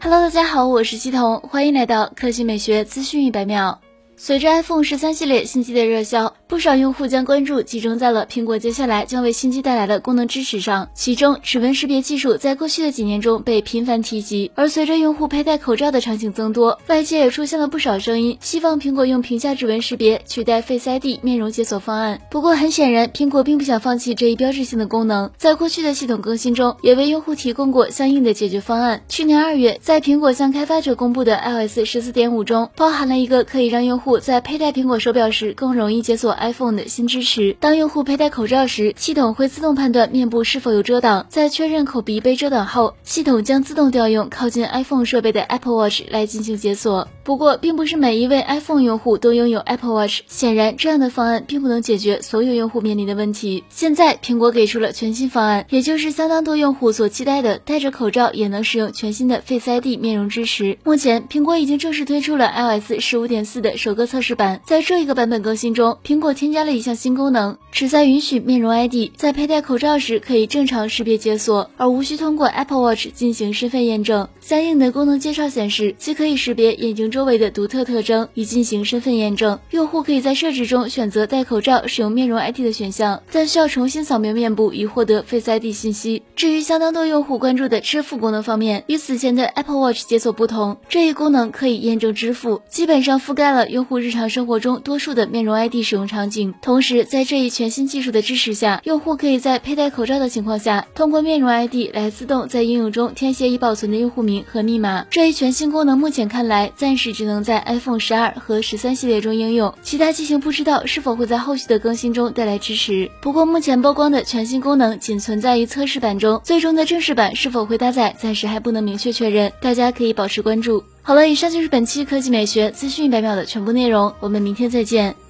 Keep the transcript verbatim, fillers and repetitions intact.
Hello， 大家好，我是西彤，欢迎来到科技美学资讯一百秒。随着 iPhone 十三系列新机的热销，不少用户将关注集中在了苹果接下来将为新机带来的功能支持上。其中，指纹识别技术在过去的几年中被频繁提及，而随着用户佩戴口罩的场景增多，外界也出现了不少声音，希望苹果用屏下指纹识别取代 Face I D 面容解锁方案。不过，很显然，苹果并不想放弃这一标志性的功能，在过去的系统更新中，也为用户提供过相应的解决方案。去年二月，在苹果向开发者公布的 iOS 十四点五 中，包含了一个可以让用户在佩戴苹果手表时更容易解锁 iPhone 的新支持。当用户佩戴口罩时，系统会自动判断面部是否有遮挡，在确认口鼻被遮挡后，系统将自动调用靠近 iPhone 设备的 Apple Watch 来进行解锁。不过，并不是每一位 iPhone 用户都拥有 Apple Watch， 显然这样的方案并不能解决所有用户面临的问题。现在，苹果给出了全新方案，也就是相当多用户所期待的戴着口罩也能使用全新的 Face I D 面容支持。目前，苹果已经正式推出了 iOS 十五点四 的首个测试版。在这一个版本更新中，苹果添加了一项新功能，旨在允许面容 I D 在佩戴口罩时可以正常识别解锁，而无需通过 Apple Watch 进行身份验证。相应的功能介绍显示，既可以识别眼睛周围的独特特征以进行身份验证，用户可以在设置中选择戴口罩使用面容 I D 的选项，但需要重新扫描面部以获得 Face I D 信息。至于相当多用户关注的支付功能方面，与此前的 Apple Watch 解锁不同，这一功能可以验证支付，基本上覆盖了用户日常生活中多数的面容 I D 使用场景。同时，在这一全新技术的支持下，用户可以在佩戴口罩的情况下，通过面容 I D 来自动在应用中填写已保存的用户名和密码。这一全新功能目前看来暂时只能在 iPhone 十二和十三系列中应用，其他机型不知道是否会在后续的更新中带来支持。不过目前曝光的全新功能仅存在于测试版中，最终的正式版是否会搭载暂时还不能明确确认，大家可以保持关注。好了，以上就是本期科技美学资讯一百秒的全部内容，我们明天再见。